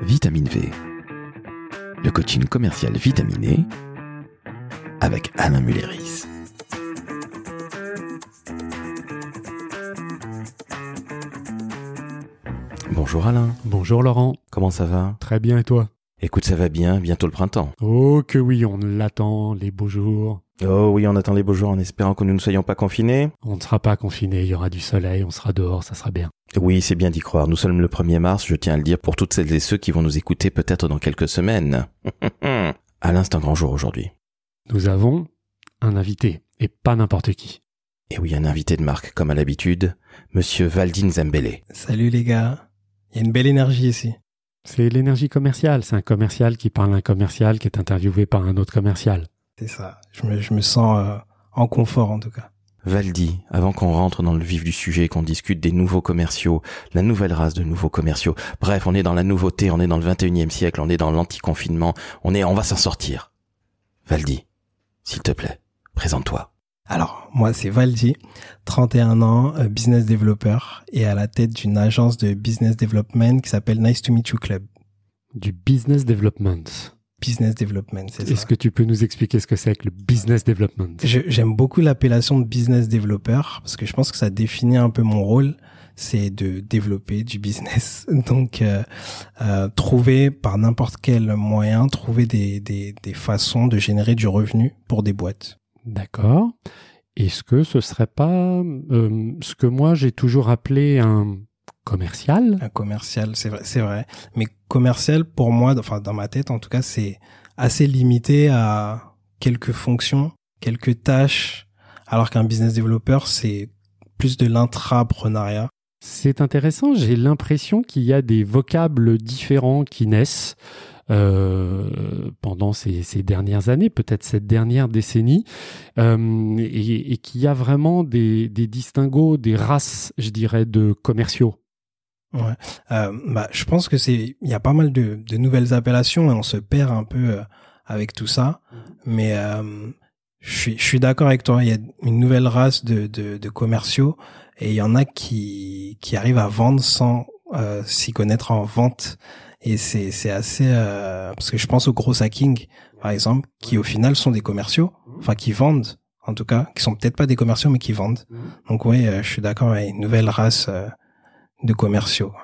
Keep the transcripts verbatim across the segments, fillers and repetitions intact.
Vitamine V, le coaching commercial vitaminé avec Alain Mulleris. Bonjour Alain. Bonjour Laurent. Comment ça va? Très bien et toi? Écoute, ça va bien, bientôt le printemps. Oh que oui, on l'attend, les beaux jours. Oh oui, on attend les beaux jours en espérant que nous ne soyons pas confinés. On ne sera pas confinés, il y aura du soleil, on sera dehors, ça sera bien. Oui, c'est bien d'y croire. Nous sommes le premier mars, je tiens à le dire pour toutes celles et ceux qui vont nous écouter peut-être dans quelques semaines. Alain, c'est un grand jour aujourd'hui. Nous avons un invité, et pas n'importe qui. Et oui, un invité de marque, comme à l'habitude, Monsieur Valdi Nzembele. Salut les gars, il y a une belle énergie ici. C'est l'énergie commerciale, c'est un commercial qui parle à un commercial qui est interviewé par un autre commercial. C'est ça, je me, je me sens euh, en confort en tout cas. Valdi, avant qu'on rentre dans le vif du sujet, qu'on discute des nouveaux commerciaux, la nouvelle race de nouveaux commerciaux, bref, on est dans la nouveauté, on est dans le vingt et unième siècle, on est dans l'anti-confinement, on est, on va s'en sortir. Valdi, s'il te plaît, présente-toi. Alors, moi c'est Valdi, trente et un ans, euh, business developer et à la tête d'une agence de business development qui s'appelle Nice to Meet You Club. Du business development. Business development, c'est ça. Est-ce que tu peux nous expliquer ce que c'est que le business development? Je, J'aime beaucoup l'appellation de business developer parce que je pense que ça définit un peu mon rôle, c'est de développer du business. Donc, euh, euh, trouver par n'importe quel moyen, trouver des, des, des façons de générer du revenu pour des boîtes. D'accord. Est-ce que ce serait pas euh, ce que moi j'ai toujours appelé un commercial? Un commercial, c'est vrai, c'est vrai. Mais commercial, pour moi, enfin dans ma tête en tout cas, c'est assez limité à quelques fonctions, quelques tâches, alors qu'un business developer, c'est plus de l'intrapreneuriat. C'est intéressant, j'ai l'impression qu'il y a des vocables différents qui naissent euh, pendant ces, ces dernières années, peut-être cette dernière décennie, euh, et, et qu'il y a vraiment des, des distinguos, des races, je dirais, de commerciaux. Ouais, euh, bah je pense que c'est, il y a pas mal de, de nouvelles appellations et on se perd un peu euh, avec tout ça, mais euh, je suis, je suis d'accord avec toi. Il y a une nouvelle race de, de, de commerciaux et il y en a qui, qui arrivent à vendre sans euh, s'y connaître en vente. Et c'est, c'est assez, euh, parce que je pense aux gros hacking, par exemple, qui au final sont des commerciaux, enfin qui vendent, en tout cas, qui sont peut-être pas des commerciaux mais qui vendent. Donc oui, euh, je suis d'accord avec une nouvelle race euh, de commerciaux.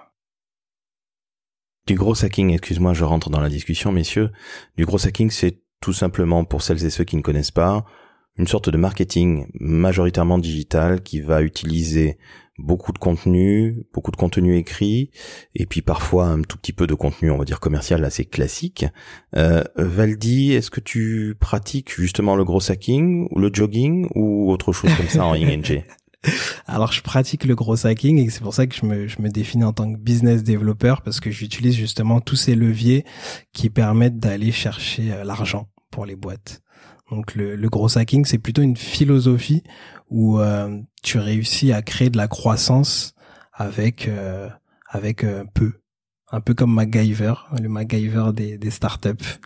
Du gros hacking, excuse-moi, je rentre dans la discussion, messieurs. Du gros hacking, c'est tout simplement, pour celles et ceux qui ne connaissent pas, une sorte de marketing majoritairement digital qui va utiliser beaucoup de contenu, beaucoup de contenu écrit, et puis parfois un tout petit peu de contenu, on va dire commercial assez classique. Euh, Valdi, est-ce que tu pratiques justement le gros hacking, ou le jogging, ou autre chose comme ça en I N G? Alors, je pratique le gros hacking et c'est pour ça que je me, je me définis en tant que business developer parce que j'utilise justement tous ces leviers qui permettent d'aller chercher euh, l'argent pour les boîtes. Donc, le, le gros hacking, c'est plutôt une philosophie où euh, tu réussis à créer de la croissance avec euh, avec euh, peu. Un peu comme MacGyver, le MacGyver des, des startups.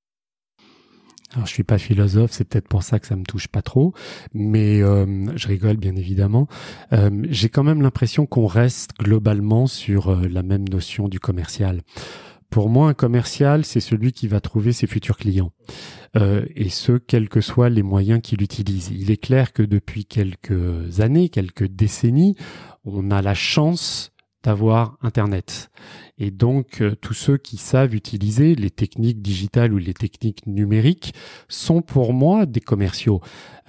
Alors, je suis pas philosophe, c'est peut-être pour ça que ça me touche pas trop, mais euh, je rigole bien évidemment. Euh, j'ai quand même l'impression qu'on reste globalement sur euh, la même notion du commercial. Pour moi, un commercial, c'est celui qui va trouver ses futurs clients, euh, et ce, quels que soient les moyens qu'il utilise. Il est clair que depuis quelques années, quelques décennies, on a la chance d'avoir Internet. Et donc, euh, tous ceux qui savent utiliser les techniques digitales ou les techniques numériques sont pour moi des commerciaux.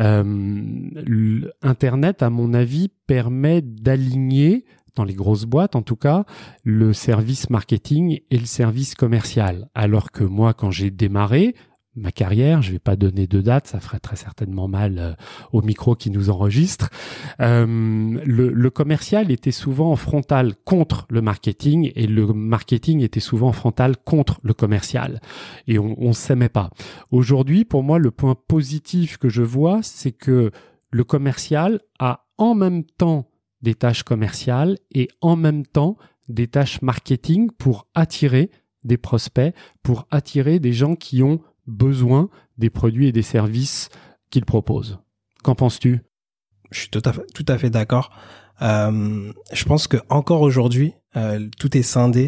Euh, Internet, à mon avis, permet d'aligner, dans les grosses boîtes en tout cas, le service marketing et le service commercial. Alors que moi, quand j'ai démarré ma carrière, je vais pas donner de date, ça ferait très certainement mal euh, au micro qui nous enregistre. Euh, le, le commercial était souvent en frontal contre le marketing et le marketing était souvent en frontal contre le commercial. Et on, on s'aimait pas. Aujourd'hui, pour moi, le point positif que je vois, c'est que le commercial a en même temps des tâches commerciales et en même temps des tâches marketing pour attirer des prospects, pour attirer des gens qui ont besoin des produits et des services qu'il propose. Qu'en penses-tu? Je suis tout à fait, tout à fait d'accord. Euh, je pense que encore aujourd'hui, euh, tout est scindé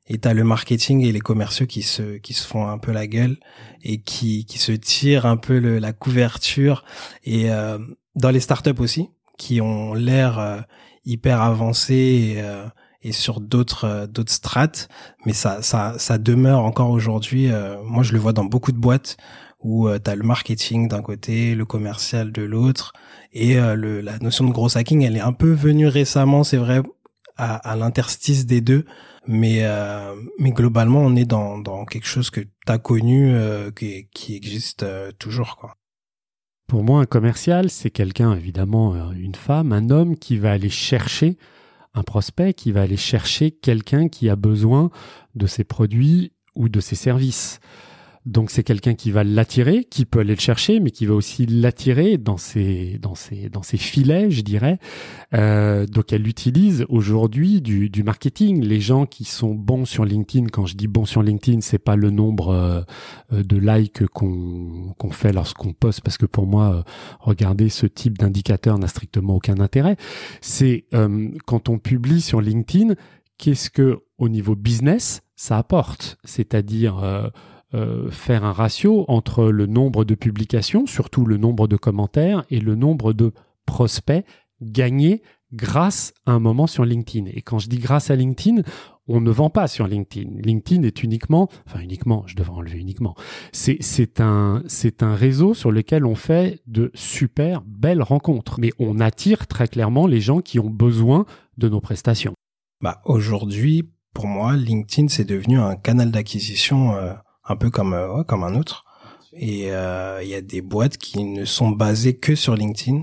et t'as le marketing et les commerciaux qui se qui se font un peu la gueule et qui qui se tirent un peu le, la couverture, et euh, dans les startups aussi qui ont l'air euh, hyper avancés et, euh, et sur d'autres euh, d'autres strates, mais ça ça ça demeure encore aujourd'hui. Euh, moi je le vois dans beaucoup de boîtes où euh, t'as le marketing d'un côté, le commercial de l'autre, et euh, le la notion de gros hacking, elle est un peu venue récemment, c'est vrai, à, à l'interstice des deux. Mais euh, mais globalement, on est dans dans quelque chose que t'as connu, euh, qui qui existe euh, toujours, quoi. Pour moi, un commercial, c'est quelqu'un, évidemment, une femme, un homme qui va aller chercher un prospect, qui va aller chercher quelqu'un qui a besoin de ses produits ou de ses services. Donc c'est quelqu'un qui va l'attirer, qui peut aller le chercher, mais qui va aussi l'attirer dans ses dans ses dans ses filets, je dirais. Euh, donc elle utilise aujourd'hui du du marketing. Les gens qui sont bons sur LinkedIn, quand je dis bons sur LinkedIn, c'est pas le nombre euh, de likes qu'on qu'on fait lorsqu'on poste, parce que pour moi, euh, regarder ce type d'indicateur n'a strictement aucun intérêt. C'est euh, quand on publie sur LinkedIn, qu'est-ce que au niveau business ça apporte, c'est-à-dire euh, Euh, faire un ratio entre le nombre de publications, surtout le nombre de commentaires, et le nombre de prospects gagnés grâce à un moment sur LinkedIn. Et quand je dis grâce à LinkedIn, on ne vend pas sur LinkedIn. LinkedIn est uniquement, enfin uniquement, je devrais enlever uniquement, c'est, c'est un, c'est un réseau sur lequel on fait de super belles rencontres. Mais on attire très clairement les gens qui ont besoin de nos prestations. Bah, aujourd'hui, pour moi, LinkedIn, c'est devenu un canal d'acquisition euh... un peu comme euh, ouais, comme un autre, et il euh, y a des boîtes qui ne sont basées que sur LinkedIn.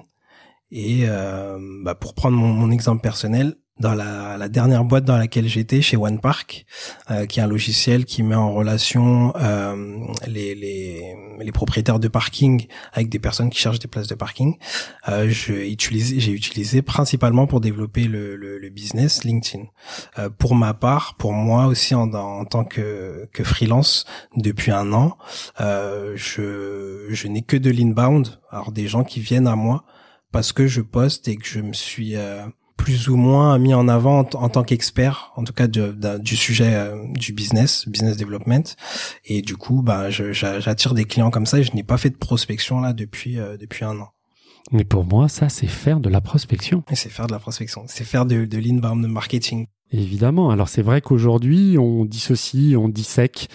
Et euh, bah, pour prendre mon, mon exemple personnel, dans la, la dernière boîte dans laquelle j'étais, chez OnePark, euh, qui est un logiciel qui met en relation euh, les, les, les propriétaires de parking avec des personnes qui cherchent des places de parking, euh, je utilisé, j'ai utilisé principalement pour développer le, le, le business LinkedIn. Euh, pour ma part, pour moi aussi en, en tant que, que freelance depuis un an, euh, je, je n'ai que de l'inbound, alors des gens qui viennent à moi parce que je poste et que je me suis euh, plus ou moins mis en avant en, t- en tant qu'expert, en tout cas de, de, du sujet euh, du business, business development. Et du coup, bah, je, j'attire des clients comme ça, et je n'ai pas fait de prospection là depuis euh, depuis un an. Mais pour moi, ça, c'est faire de la prospection. Et c'est faire de la prospection, c'est faire de, de l'inbound marketing. Évidemment. Alors c'est vrai qu'aujourd'hui, on dissocie, on dissèque.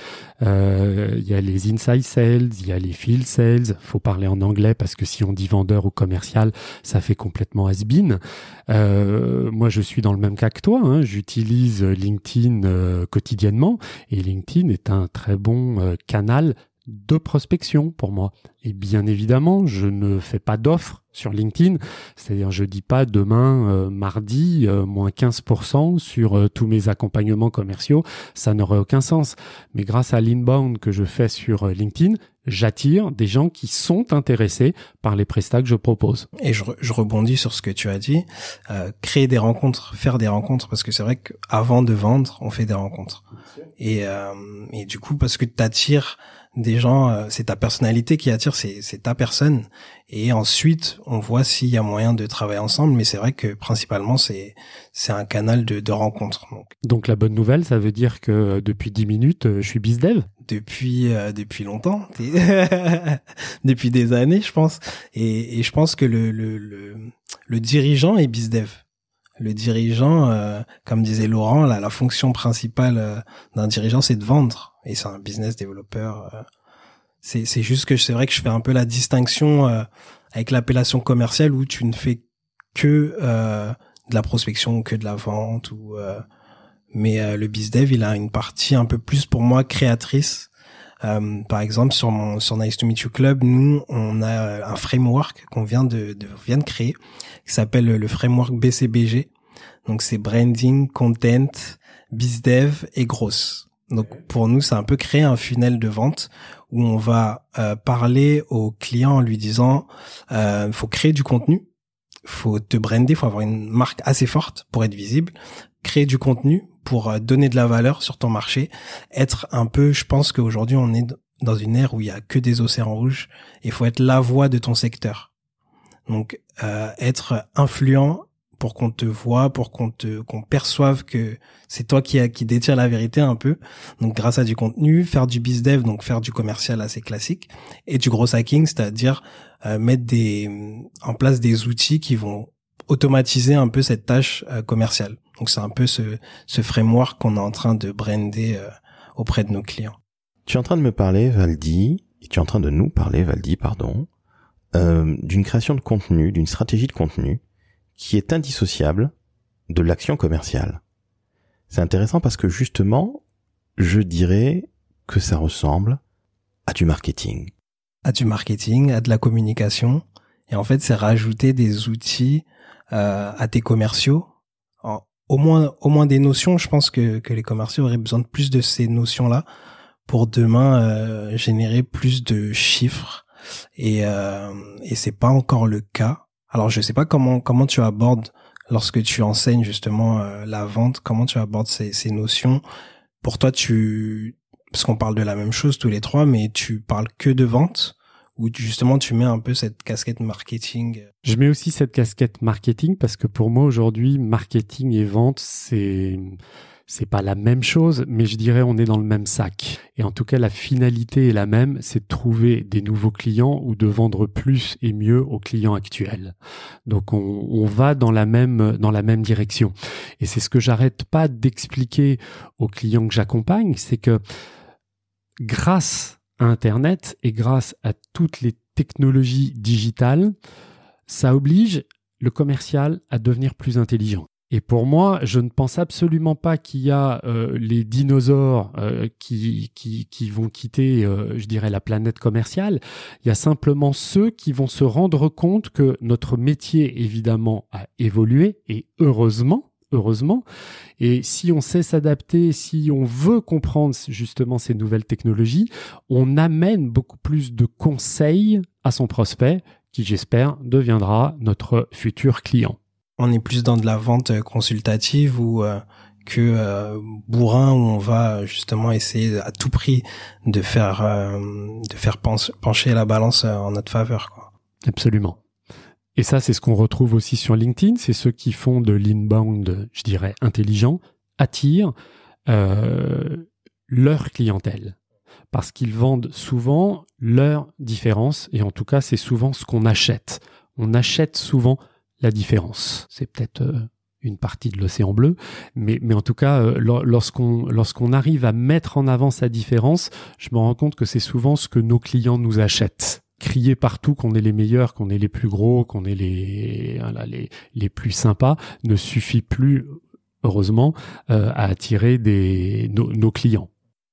Euh, il y a les inside sales, il y a les field sales. Faut parler en anglais parce que si on dit vendeur ou commercial, ça fait complètement has-been. Euh, moi, je suis dans le même cas que toi. Hein. J'utilise LinkedIn euh, quotidiennement, et LinkedIn est un très bon euh, canal de prospection pour moi. Et bien évidemment, je ne fais pas d'offres sur LinkedIn, c'est-à-dire je dis pas demain, euh, mardi, euh, moins quinze pour cent sur euh, tous mes accompagnements commerciaux, ça n'aurait aucun sens. Mais grâce à l'inbound que je fais sur euh, LinkedIn, j'attire des gens qui sont intéressés par les prestats que je propose. Et je, re- je rebondis sur ce que tu as dit, euh, créer des rencontres, faire des rencontres, parce que c'est vrai qu'avant de vendre, on fait des rencontres. Et, euh, et du coup, parce que tu attires des gens, euh, c'est ta personnalité qui attire, c'est, c'est ta personne. Et ensuite, on voit s'il y a moyen de travailler ensemble. Mais c'est vrai que principalement, c'est, c'est un canal de, de rencontres. Donc. Donc la bonne nouvelle, ça veut dire que depuis dix minutes, je suis bizdev. Depuis euh, depuis longtemps, depuis des années, je pense. Et, et je pense que le le le, le dirigeant est bizdev. Le dirigeant, euh, comme disait Laurent, la, la fonction principale euh, d'un dirigeant, c'est de vendre. Et c'est un business développeur. Euh, c'est c'est juste que c'est vrai que je fais un peu la distinction euh, avec l'appellation commerciale, où tu ne fais que euh, de la prospection, que de la vente, ou euh, mais euh, le bizdev, il a une partie un peu plus pour moi créatrice. Euh, par exemple, sur mon sur Nice to Meet You Club, nous on a un framework qu'on vient de, de vient de créer, qui s'appelle le framework B C B G. Donc c'est branding, content, bizdev et grosse. Donc pour nous, c'est un peu créer un funnel de vente où on va euh, parler au client en lui disant euh, faut créer du contenu, faut te brander, faut avoir une marque assez forte pour être visible, créer du contenu pour donner de la valeur sur ton marché, être un peu, je pense qu'aujourd'hui on est dans une ère où il y a que des océans rouges, et il faut être la voix de ton secteur. Donc euh, être influent pour qu'on te voie, pour qu'on te qu'on perçoive que c'est toi qui a, qui détient la vérité un peu. Donc grâce à du contenu, faire du bizdev, donc faire du commercial assez classique, et du gros hacking, c'est-à-dire euh, mettre des en place des outils qui vont automatiser un peu cette tâche euh, commerciale. Donc c'est un peu ce ce framework qu'on est en train de brander euh, auprès de nos clients. Tu es en train de me parler, Valdi, et tu es en train de nous parler, Valdi, pardon, euh, d'une création de contenu, d'une stratégie de contenu qui est indissociable de l'action commerciale. C'est intéressant parce que justement, je dirais que ça ressemble à du marketing. À du marketing, à de la communication. Et en fait, c'est rajouter des outils euh, à tes commerciaux. En, au moins, au moins des notions. Je pense que, que les commerciaux auraient besoin de plus de ces notions-là pour demain euh, générer plus de chiffres. Et, euh, et c'est pas encore le cas. Alors, je sais pas comment comment tu abordes lorsque tu enseignes justement euh, la vente. Comment tu abordes ces, ces notions. Pour toi, tu parce qu'on parle de la même chose tous les trois, mais tu parles que de vente. Où justement tu mets un peu cette casquette marketing. Je mets aussi cette casquette marketing parce que pour moi aujourd'hui, marketing et vente, c'est c'est pas la même chose, mais je dirais on est dans le même sac. Et en tout cas, la finalité est la même, c'est de trouver des nouveaux clients ou de vendre plus et mieux aux clients actuels. Donc on, on va dans la même dans la même direction. Et c'est ce que j'arrête pas d'expliquer aux clients que j'accompagne, c'est que grâce à Internet et grâce à toutes les technologies digitales, ça oblige le commercial à devenir plus intelligent. Et pour moi, je ne pense absolument pas qu'il y a euh, les dinosaures euh, qui, qui, qui vont quitter, euh, je dirais, la planète commerciale. Il y a simplement ceux qui vont se rendre compte que notre métier, évidemment, a évolué, et heureusement, heureusement. Et si on sait s'adapter, si on veut comprendre justement ces nouvelles technologies, on amène beaucoup plus de conseils à son prospect qui, j'espère, deviendra notre futur client. On est plus dans de la vente consultative ou euh, que euh, bourrin où on va justement essayer à tout prix de faire euh, de faire pencher la balance en notre faveur, quoi. Absolument. Et ça, c'est ce qu'on retrouve aussi sur LinkedIn. C'est ceux qui font de l'inbound, je dirais, intelligent, attirent euh, leur clientèle. Parce qu'ils vendent souvent leur différence. Et en tout cas, c'est souvent ce qu'on achète. On achète souvent la différence. C'est peut-être euh, une partie de l'océan bleu. Mais, mais en tout cas, euh, lorsqu'on, lorsqu'on arrive à mettre en avant sa différence, je me rends compte que c'est souvent ce que nos clients nous achètent. Crier partout qu'on est les meilleurs, qu'on est les plus gros, qu'on est les, voilà, les, les plus sympas ne suffit plus, heureusement, euh, à attirer des, nos, nos clients.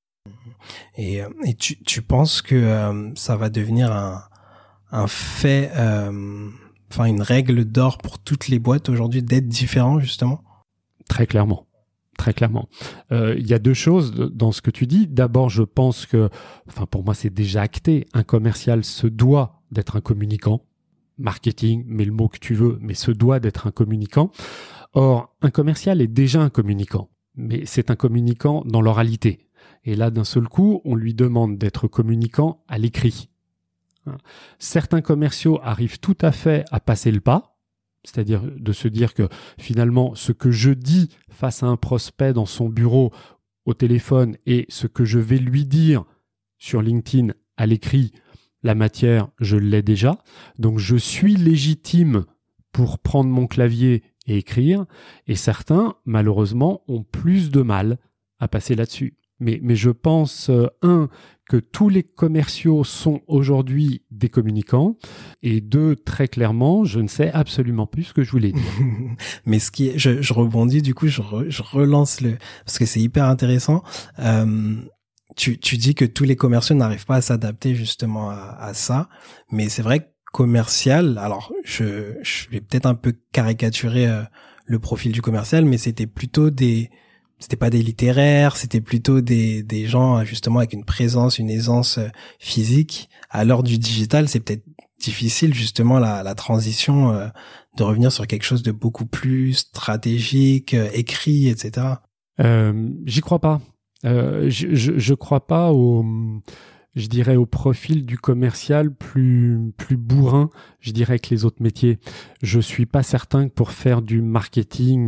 Et, et tu, tu penses que euh, ça va devenir un, un fait, euh, enfin une règle d'or pour toutes les boîtes aujourd'hui d'être différent, justement? Très clairement. Très clairement. Euh, il y a deux choses dans ce que tu dis. D'abord, je pense que, enfin pour moi c'est déjà acté, un commercial se doit d'être un communicant. Marketing, mets le mot que tu veux, mais se doit d'être un communicant. Or, un commercial est déjà un communicant, mais c'est un communicant dans l'oralité. Et là, d'un seul coup, on lui demande d'être communicant à l'écrit. Certains commerciaux arrivent tout à fait à passer le pas, c'est-à-dire de se dire que finalement, ce que je dis face à un prospect dans son bureau au téléphone et ce que je vais lui dire sur LinkedIn à l'écrit, la matière, je l'ai déjà. Donc, je suis légitime pour prendre mon clavier et écrire. Et certains, malheureusement, ont plus de mal à passer là-dessus. Mais, mais je pense, euh, un, que tous les commerciaux sont aujourd'hui des communicants, et deux, très clairement, je ne sais absolument plus ce que je voulais dire. Mais ce qui est, je, je rebondis, du coup, je, re, je relance le, parce que c'est hyper intéressant. Euh, tu, tu dis que tous les commerciaux n'arrivent pas à s'adapter justement à, à ça, mais c'est vrai que commercial, alors je, je vais peut-être un peu caricaturer euh, le profil du commercial, mais c'était plutôt des C'était pas des littéraires, c'était plutôt des des gens justement avec une présence, une aisance physique. À l'heure du digital, c'est peut-être difficile justement la la transition euh, de revenir sur quelque chose de beaucoup plus stratégique, euh, écrit, et cetera. Euh, j'y crois pas. Euh, je, je je crois pas au. je dirais, au profil du commercial plus plus bourrin, je dirais, que les autres métiers. Je suis pas certain que pour faire du marketing,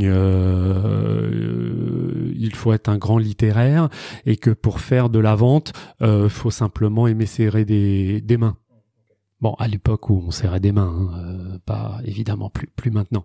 euh, il faut être un grand littéraire et que pour faire de la vente, euh, faut simplement aimer serrer des des mains. Bon, à l'époque où on serrait des mains, hein, euh, pas évidemment plus plus maintenant.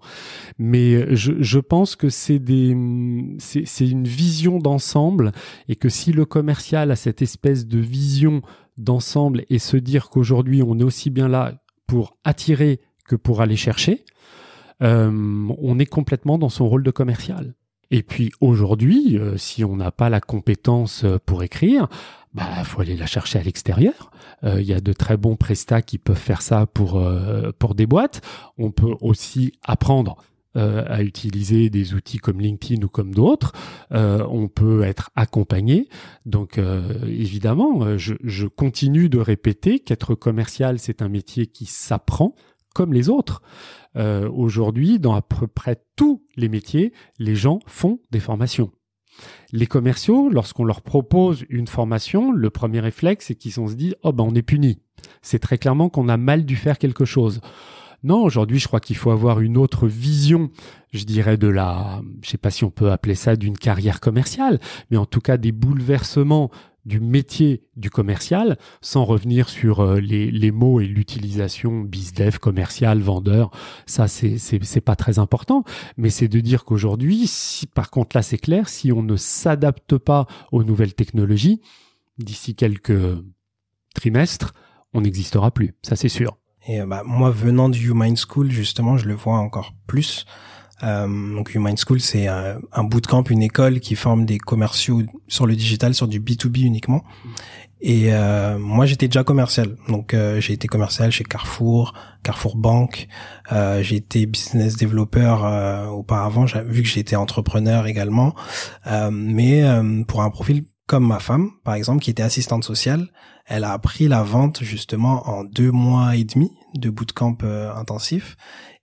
Mais je, je pense que c'est des c'est, c'est une vision d'ensemble et que si le commercial a cette espèce de vision d'ensemble et se dire qu'aujourd'hui on est aussi bien là pour attirer que pour aller chercher, euh, on est complètement dans son rôle de commercial. Et puis aujourd'hui, euh, si on n'a pas la compétence pour écrire, bah faut aller la chercher à l'extérieur. Il euh, y a de très bons prestats qui peuvent faire ça pour euh, pour des boîtes. On peut aussi apprendre euh, à utiliser des outils comme LinkedIn ou comme d'autres. Euh, on peut être accompagné. Donc euh, évidemment, je, je continue de répéter qu'être commercial, c'est un métier qui s'apprend comme les autres. Euh, aujourd'hui, dans à peu près tous les métiers, les gens font des formations. Les commerciaux, lorsqu'on leur propose une formation, le premier réflexe, c'est qu'ils se disent « Oh ben on est puni ». C'est très clairement qu'on a mal dû faire quelque chose. Non, aujourd'hui, je crois qu'il faut avoir une autre vision, je dirais, de la, je sais pas si on peut appeler ça d'une carrière commerciale, mais en tout cas des bouleversements du métier du commercial, sans revenir sur euh, les, les mots et l'utilisation bizdev, commercial, vendeur. Ça, c'est, c'est, c'est pas très important. Mais c'est de dire qu'aujourd'hui, si, par contre, là, c'est clair, si on ne s'adapte pas aux nouvelles technologies, d'ici quelques trimestres, on n'existera plus. Ça, c'est sûr. Et bah, moi, venant du YouMind School, justement, je le vois encore plus. Euh, donc YouMind School, c'est un, un bootcamp, une école qui forme des commerciaux sur le digital, sur du B deux B uniquement. Et euh, moi, j'étais déjà commercial. Donc, euh, j'ai été commercial chez Carrefour, Carrefour Banque. Euh, j'ai été business développeur euh, auparavant, j'ai, vu que j'étais entrepreneur également. Euh, mais euh, pour un profil comme ma femme, par exemple, qui était assistante sociale, elle a appris la vente justement en deux mois et demi de bootcamp euh, intensif.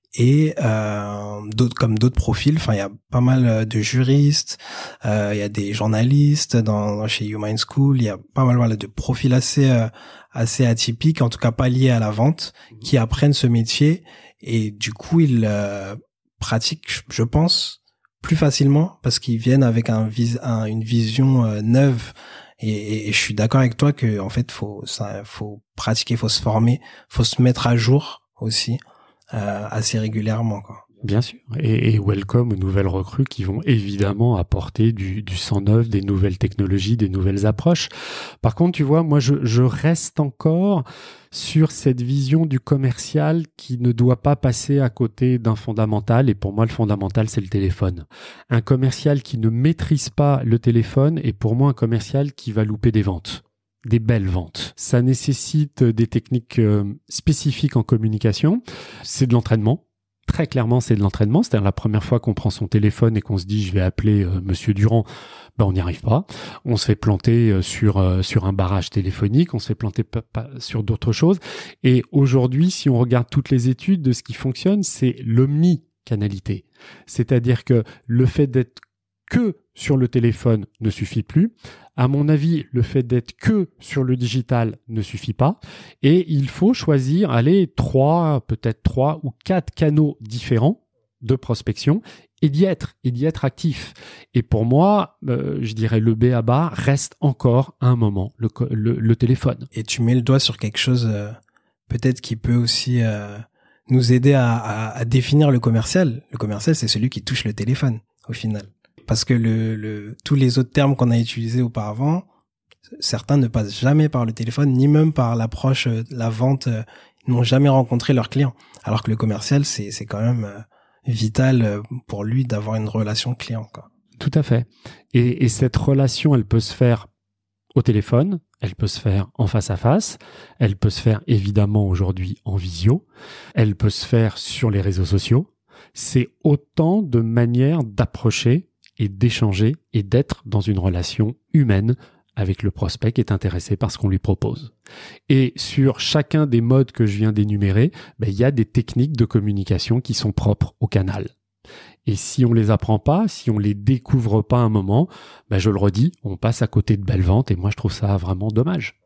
Et euh, d'autres comme d'autres profils, enfin il y a pas mal de juristes, euh, il y a des journalistes dans chez YouMind School, il y a pas mal voilà, de profils assez euh, assez atypiques, en tout cas pas liés à la vente, qui apprennent ce métier et du coup ils euh, pratiquent, je pense, plus facilement parce qu'ils viennent avec un, vis- un une vision euh, neuve. Et, et, et je suis d'accord avec toi que en fait faut ça faut pratiquer, faut se former, faut se mettre à jour aussi. Euh, assez régulièrement, quoi. Bien sûr. Et, et welcome aux nouvelles recrues qui vont évidemment apporter du, du sang neuf, des nouvelles technologies, des nouvelles approches. Par contre, tu vois, moi, je, je reste encore sur cette vision du commercial qui ne doit pas passer à côté d'un fondamental. Et pour moi, le fondamental, c'est le téléphone. Un commercial qui ne maîtrise pas le téléphone est pour moi un commercial qui va louper des ventes. Des belles ventes. Ça nécessite des techniques euh, spécifiques en communication. C'est de l'entraînement. Très clairement, c'est de l'entraînement. C'est-à-dire la première fois qu'on prend son téléphone et qu'on se dit « je vais appeler euh, Monsieur Durand », ben on n'y arrive pas. On se fait planter euh, sur euh, sur un barrage téléphonique, on se fait planter p- p- sur d'autres choses. Et aujourd'hui, si on regarde toutes les études de ce qui fonctionne, c'est l'omnicanalité. C'est-à-dire que le fait d'être que sur le téléphone ne suffit plus. À mon avis, le fait d'être que sur le digital ne suffit pas. Et il faut choisir, allez, trois, peut-être trois ou quatre canaux différents de prospection et d'y être, et d'y être actif. Et pour moi, euh, je dirais le b a ba reste encore un moment le, le, le téléphone. Et tu mets le doigt sur quelque chose euh, peut-être qui peut aussi euh, nous aider à, à, à définir le commercial. Le commercial, c'est celui qui touche le téléphone au final. Parce que le, le, tous les autres termes qu'on a utilisés auparavant, certains ne passent jamais par le téléphone, ni même par l'approche, la vente, euh, ils n'ont jamais rencontré leurs clients. Alors que le commercial, c'est, c'est quand même euh, vital pour lui d'avoir une relation client, quoi. Tout à fait. Et, et cette relation, elle peut se faire au téléphone, elle peut se faire en face à face, elle peut se faire évidemment aujourd'hui en visio, elle peut se faire sur les réseaux sociaux. C'est autant de manières d'approcher et d'échanger et d'être dans une relation humaine avec le prospect qui est intéressé par ce qu'on lui propose. Et sur chacun des modes que je viens d'énumérer, ben, il y a des techniques de communication qui sont propres au canal. Et si on les apprend pas, si on les découvre pas à un moment, ben, je le redis, on passe à côté de belles ventes et moi je trouve ça vraiment dommage.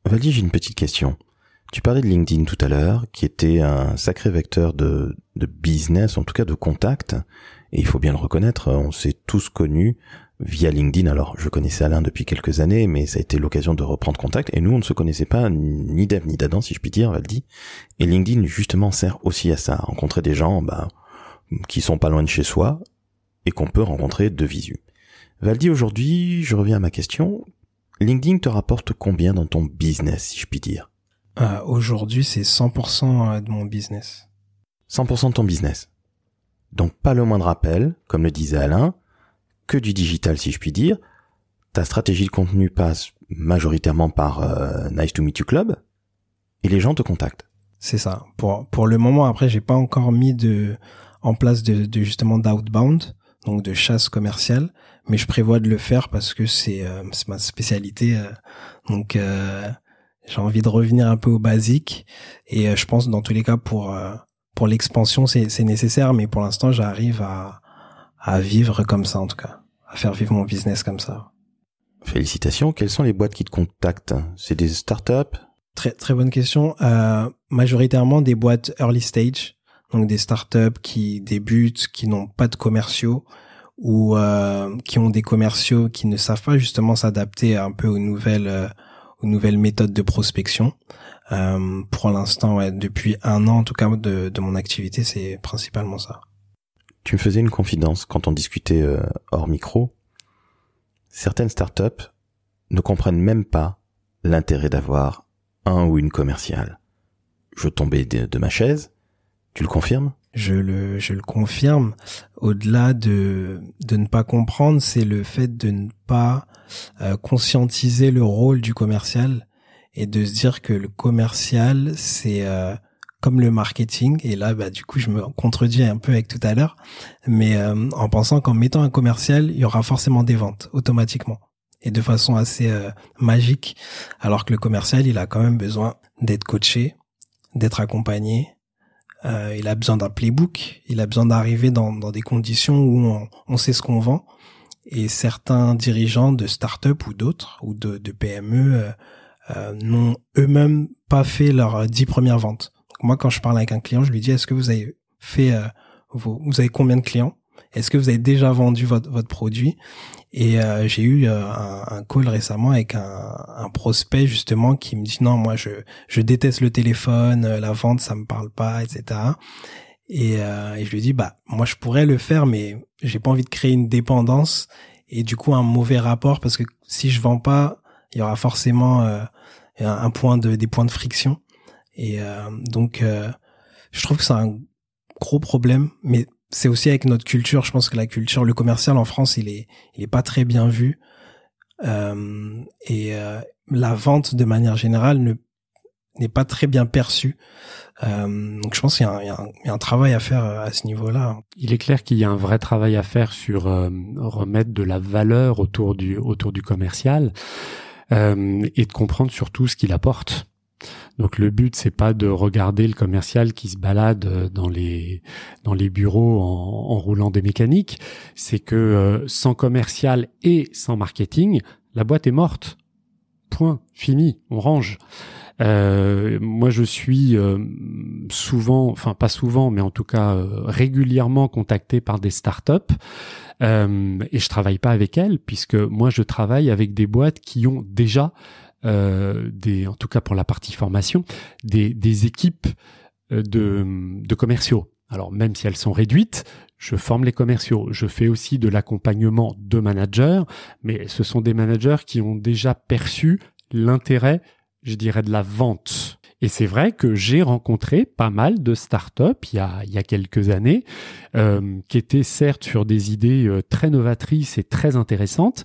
Valdi, j'ai une petite question. Tu parlais de LinkedIn tout à l'heure, qui était un sacré vecteur de, de business, en tout cas de contact. Et il faut bien le reconnaître, on s'est tous connus via LinkedIn. Alors, je connaissais Alain depuis quelques années, mais ça a été l'occasion de reprendre contact. Et nous, on ne se connaissait pas ni d'Ève ni d'Adam, si je puis dire, Valdi. Et LinkedIn, justement, sert aussi à ça, à rencontrer des gens bah, qui sont pas loin de chez soi et qu'on peut rencontrer de visu. Valdi, aujourd'hui, je reviens à ma question. LinkedIn te rapporte combien dans ton business, si je puis dire? Euh, aujourd'hui, c'est cent pour cent de mon business. cent pour cent de ton business. Donc pas le moindre appel, comme le disait Alain, que du digital si je puis dire. Ta stratégie de contenu passe majoritairement par euh, Nice to Meet You Club et les gens te contactent. C'est ça. Pour pour le moment, après, j'ai pas encore mis de en place de, de justement d'outbound, donc de chasse commerciale, mais je prévois de le faire parce que c'est euh, c'est ma spécialité. Euh, donc euh, j'ai envie de revenir un peu au basique et euh, je pense dans tous les cas pour euh, pour l'expansion c'est c'est nécessaire, mais pour l'instant j'arrive à à vivre comme ça, en tout cas à faire vivre mon business comme ça. Félicitations. Quelles sont les boîtes qui te contactent? C'est des startups? Très très bonne question. Euh, majoritairement des boîtes early stage, donc des startups qui débutent, qui n'ont pas de commerciaux ou euh, qui ont des commerciaux qui ne savent pas justement s'adapter un peu aux nouvelles euh, aux nouvelles méthodes de prospection. Euh, pour l'instant, ouais, depuis un an en tout cas de, de mon activité, c'est principalement ça. Tu me faisais une confidence quand on discutait euh, hors micro. Certaines startups ne comprennent même pas l'intérêt d'avoir un ou une commerciale. Je tombais de, de ma chaise. Tu le confirmes? Je le, je le confirme. Au-delà de, de ne pas comprendre, c'est le fait de ne pas euh, conscientiser le rôle du commercial et de se dire que le commercial, c'est euh, comme le marketing. Et là, bah, du coup, je me contredis un peu avec tout à l'heure, mais euh, en pensant qu'en mettant un commercial, il y aura forcément des ventes automatiquement et de façon assez euh, magique, alors que le commercial, il a quand même besoin d'être coaché, d'être accompagné. Euh, il a besoin d'un playbook, il a besoin d'arriver dans, dans des conditions où on, on sait ce qu'on vend. Et certains dirigeants de start-up ou d'autres, ou de, de P M E, euh, euh, n'ont eux-mêmes pas fait leurs dix premières ventes. Donc moi, quand je parle avec un client, je lui dis, est-ce que vous avez fait, euh, vos, vous avez combien de clients? Est-ce que vous avez déjà vendu votre, votre produit? Et euh, j'ai eu euh, un, un call récemment avec un, un prospect justement qui me dit non, moi je je déteste le téléphone, la vente ça me parle pas, et cetera. Et, euh, et je lui dis bah moi je pourrais le faire, mais j'ai pas envie de créer une dépendance et du coup un mauvais rapport, parce que si je vends pas, il y aura forcément euh, un, un point de des points de friction. Et euh, donc euh, je trouve que c'est un gros problème, mais c'est aussi avec notre culture. Je pense que la culture, le commercial en France, il est, il est pas très bien vu. Euh, et euh, la vente, de manière générale, ne n'est pas très bien perçue. Euh, donc, je pense qu'il y a, un, il y a un, il y a un travail à faire à ce niveau-là. Il est clair qu'il y a un vrai travail à faire sur euh, remettre de la valeur autour du autour du commercial euh, et de comprendre surtout ce qu'il apporte. Donc le but, c'est pas de regarder le commercial qui se balade dans les dans les bureaux en, en roulant des mécaniques. C'est que euh, sans commercial et sans marketing, la boîte est morte. Point, fini, on range. Euh, moi, je suis euh, souvent, enfin pas souvent, mais en tout cas euh, régulièrement contacté par des startups. Euh, et je travaille pas avec elles, puisque moi je travaille avec des boîtes qui ont déjà Euh, des, en tout cas pour la partie formation, des, des équipes de, de commerciaux. Alors même si elles sont réduites, je forme les commerciaux. Je fais aussi de l'accompagnement de managers, mais ce sont des managers qui ont déjà perçu l'intérêt, je dirais, de la vente. Et c'est vrai que j'ai rencontré pas mal de startups il y a, il y a quelques années, euh, qui étaient certes sur des idées euh, très novatrices et très intéressantes,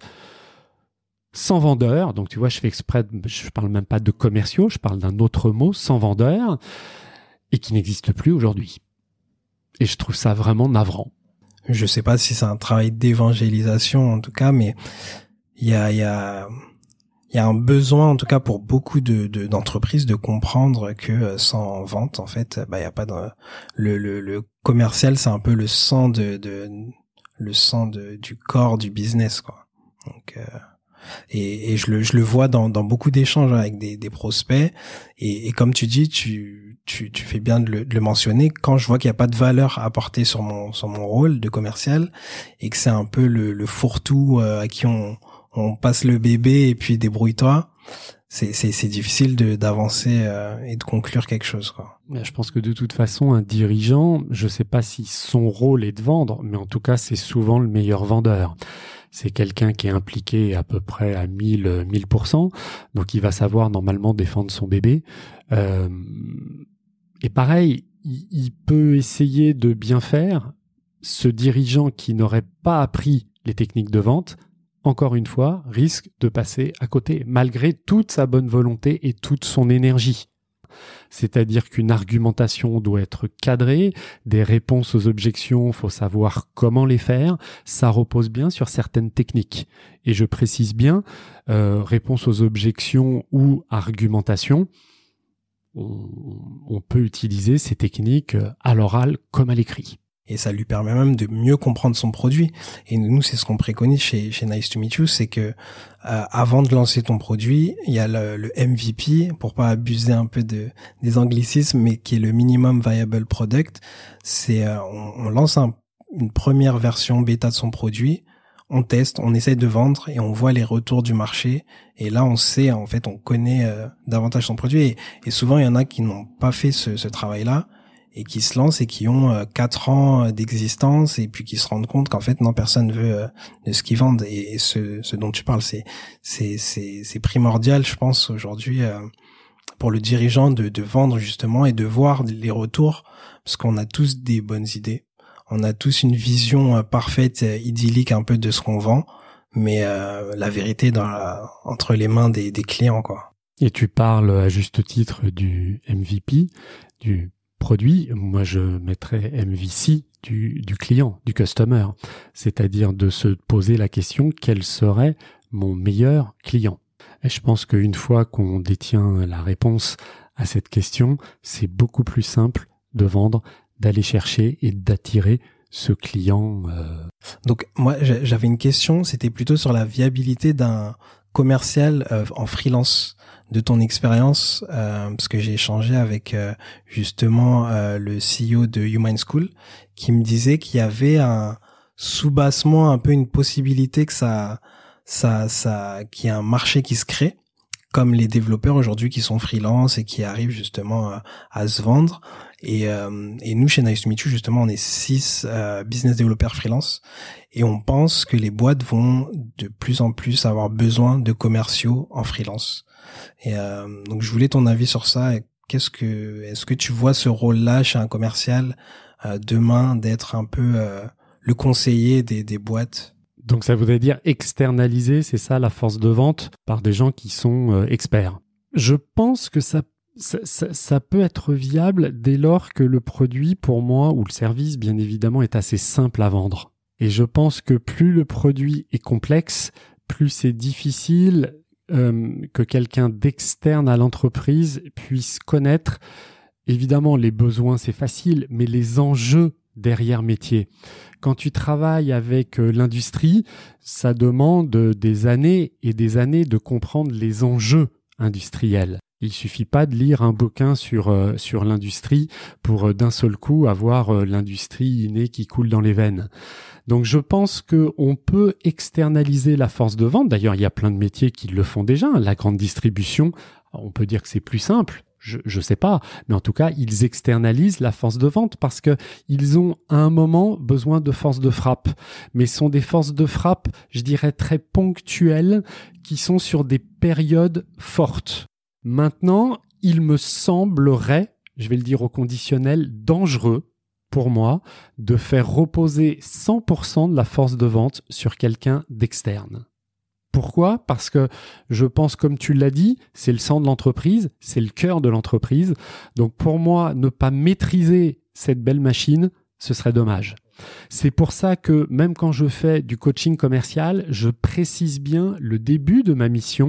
sans vendeur. Donc tu vois, je fais exprès, je parle même pas de commerciaux, je parle d'un autre mot, sans vendeur, et qui n'existe plus aujourd'hui. Et je trouve ça vraiment navrant. Je sais pas si c'est un travail d'évangélisation en tout cas, mais il y a il y a il y a un besoin en tout cas pour beaucoup de, de d'entreprises de comprendre que sans vente en fait, bah il y a pas de le le le commercial, c'est un peu le sang de de le sang de du corps du business quoi. Donc euh, Et, et je le je le vois dans dans beaucoup d'échanges avec des des prospects. Et, et comme tu dis, tu tu tu fais bien de le, de le mentionner. Quand je vois qu'il y a pas de valeur apportée sur mon sur mon rôle de commercial et que c'est un peu le le fourre-tout euh, à qui on on passe le bébé et puis débrouille-toi. C'est, c'est, c'est difficile de, d'avancer euh, et de conclure quelque chose, quoi. Je pense que de toute façon, un dirigeant, je sais pas si son rôle est de vendre, mais en tout cas, c'est souvent le meilleur vendeur. C'est quelqu'un qui est impliqué à peu près à mille, mille pour cent, donc il va savoir normalement défendre son bébé. Euh, et pareil, il, il peut essayer de bien faire. Ce dirigeant qui n'aurait pas appris les techniques de vente, encore une fois, risque de passer à côté, malgré toute sa bonne volonté et toute son énergie. C'est-à-dire qu'une argumentation doit être cadrée, des réponses aux objections, il faut savoir comment les faire, ça repose bien sur certaines techniques. Et je précise bien, euh, réponse aux objections ou argumentation, on, on peut utiliser ces techniques à l'oral comme à l'écrit. Et ça lui permet même de mieux comprendre son produit. Et nous, c'est ce qu'on préconise chez, chez Nice to Meet You, c'est que euh, avant de lancer ton produit, il y a le, le M V P, pour pas abuser un peu de des anglicismes, mais qui est le minimum viable product. C'est euh, on, on lance un, une première version bêta de son produit, on teste, on essaie de vendre et on voit les retours du marché. Et là, on sait, en fait, on connaît euh, davantage son produit. Et, et souvent, il y en a qui n'ont pas fait ce, ce travail-là, et qui se lancent et qui ont euh, quatre ans d'existence et puis qui se rendent compte qu'en fait non, personne veut euh, de ce qu'ils vendent. Et, et ce, ce dont tu parles, c'est c'est c'est c'est primordial, je pense, aujourd'hui euh, pour le dirigeant de de vendre justement et de voir les retours, parce qu'on a tous des bonnes idées, on a tous une vision euh, parfaite, euh, idyllique un peu de ce qu'on vend, mais euh, la vérité est dans la, entre les mains des des clients, quoi. Et tu parles à juste titre du M V P, du produit, moi je mettrais M V C du, du client, du customer, c'est-à-dire de se poser la question quel serait mon meilleur client. Et je pense qu'une fois qu'on détient la réponse à cette question, c'est beaucoup plus simple de vendre, d'aller chercher et d'attirer ce client. Euh... Donc moi j'avais une question, c'était plutôt sur la viabilité d'un commercial euh, en freelance. De ton expérience, euh, parce que j'ai échangé avec euh, justement euh, le C E O de Human School, qui me disait qu'il y avait un soubassement, un peu une possibilité que ça, ça, ça, qu'il y a un marché qui se crée, comme les développeurs aujourd'hui qui sont freelance et qui arrivent justement euh, à se vendre. Et, euh, et nous chez Nice to Meet You, justement, on est six euh, business développeurs freelance et on pense que les boîtes vont de plus en plus avoir besoin de commerciaux en freelance. Et euh, donc je voulais ton avis sur ça. Qu'est-ce que est-ce que tu vois ce rôle-là chez un commercial euh, demain d'être un peu euh, le conseiller des des boîtes? Donc ça voudrait dire externaliser, c'est ça la force de vente par des gens qui sont euh, experts. Je pense que ça, ça ça ça peut être viable dès lors que le produit pour moi ou le service bien évidemment est assez simple à vendre. Et je pense que plus le produit est complexe, plus c'est difficile Euh, que quelqu'un d'externe à l'entreprise puisse connaître. Évidemment, les besoins, c'est facile, mais les enjeux derrière métier. Quand tu travailles avec euh, l'industrie, ça demande des années et des années de comprendre les enjeux industriels. Il suffit pas de lire un bouquin sur euh, sur l'industrie pour euh, d'un seul coup avoir euh, l'industrie innée qui coule dans les veines. Donc je pense que on peut externaliser la force de vente. D'ailleurs, il y a plein de métiers qui le font déjà. La grande distribution, on peut dire que c'est plus simple. Je je sais pas, mais en tout cas, ils externalisent la force de vente parce que ils ont à un moment besoin de force de frappe, mais sont des forces de frappe, je dirais très ponctuelles, qui sont sur des périodes fortes. Maintenant, il me semblerait, je vais le dire au conditionnel, dangereux pour moi de faire reposer cent pour cent de la force de vente sur quelqu'un d'externe. Pourquoi ? Parce que je pense, comme tu l'as dit, c'est le sang de l'entreprise, c'est le cœur de l'entreprise. Donc pour moi, ne pas maîtriser cette belle machine, ce serait dommage. C'est pour ça que même quand je fais du coaching commercial, je précise bien le début de ma mission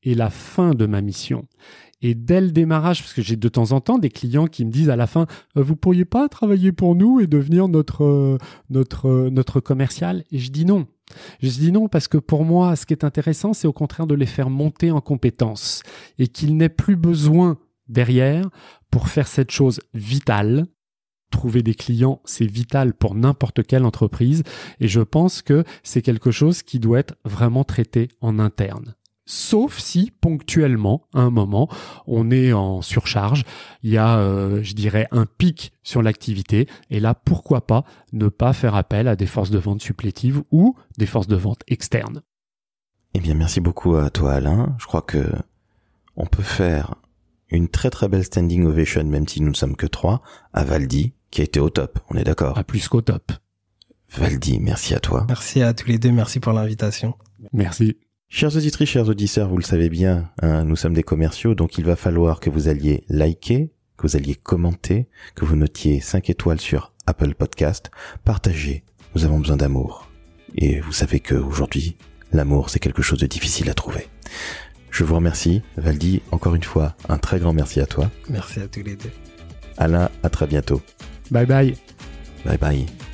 et la fin de ma mission. Et dès le démarrage, parce que j'ai de temps en temps des clients qui me disent à la fin euh, « Vous pourriez pas travailler pour nous et devenir notre, euh, notre, euh, notre commercial ?» Et je dis non. Je dis non parce que pour moi, ce qui est intéressant, c'est au contraire de les faire monter en compétences et qu'ils n'aient plus besoin derrière pour faire cette chose vitale. Trouver des clients, c'est vital pour n'importe quelle entreprise et je pense que c'est quelque chose qui doit être vraiment traité en interne. Sauf si, ponctuellement, à un moment, on est en surcharge, il y a, euh, je dirais, un pic sur l'activité, et là, pourquoi pas ne pas faire appel à des forces de vente supplétives ou des forces de vente externes. Eh bien, merci beaucoup à toi, Alain. Je crois que on peut faire une très très belle standing ovation, même si nous ne sommes que trois, à Valdi, qui a été au top, on est d'accord? À plus qu'au top. Valdi, merci à toi. Merci à tous les deux, merci pour l'invitation. Merci. Chers auditrices, chers auditeurs, vous le savez bien, hein, nous sommes des commerciaux, donc il va falloir que vous alliez liker, que vous alliez commenter, que vous notiez cinq étoiles sur Apple Podcast, partagez, nous avons besoin d'amour. Et vous savez qu'aujourd'hui, l'amour, c'est quelque chose de difficile à trouver. Je vous remercie, Valdi, encore une fois, un très grand merci à toi. Merci à tous les deux. Alain, à très bientôt. Bye bye. Bye bye.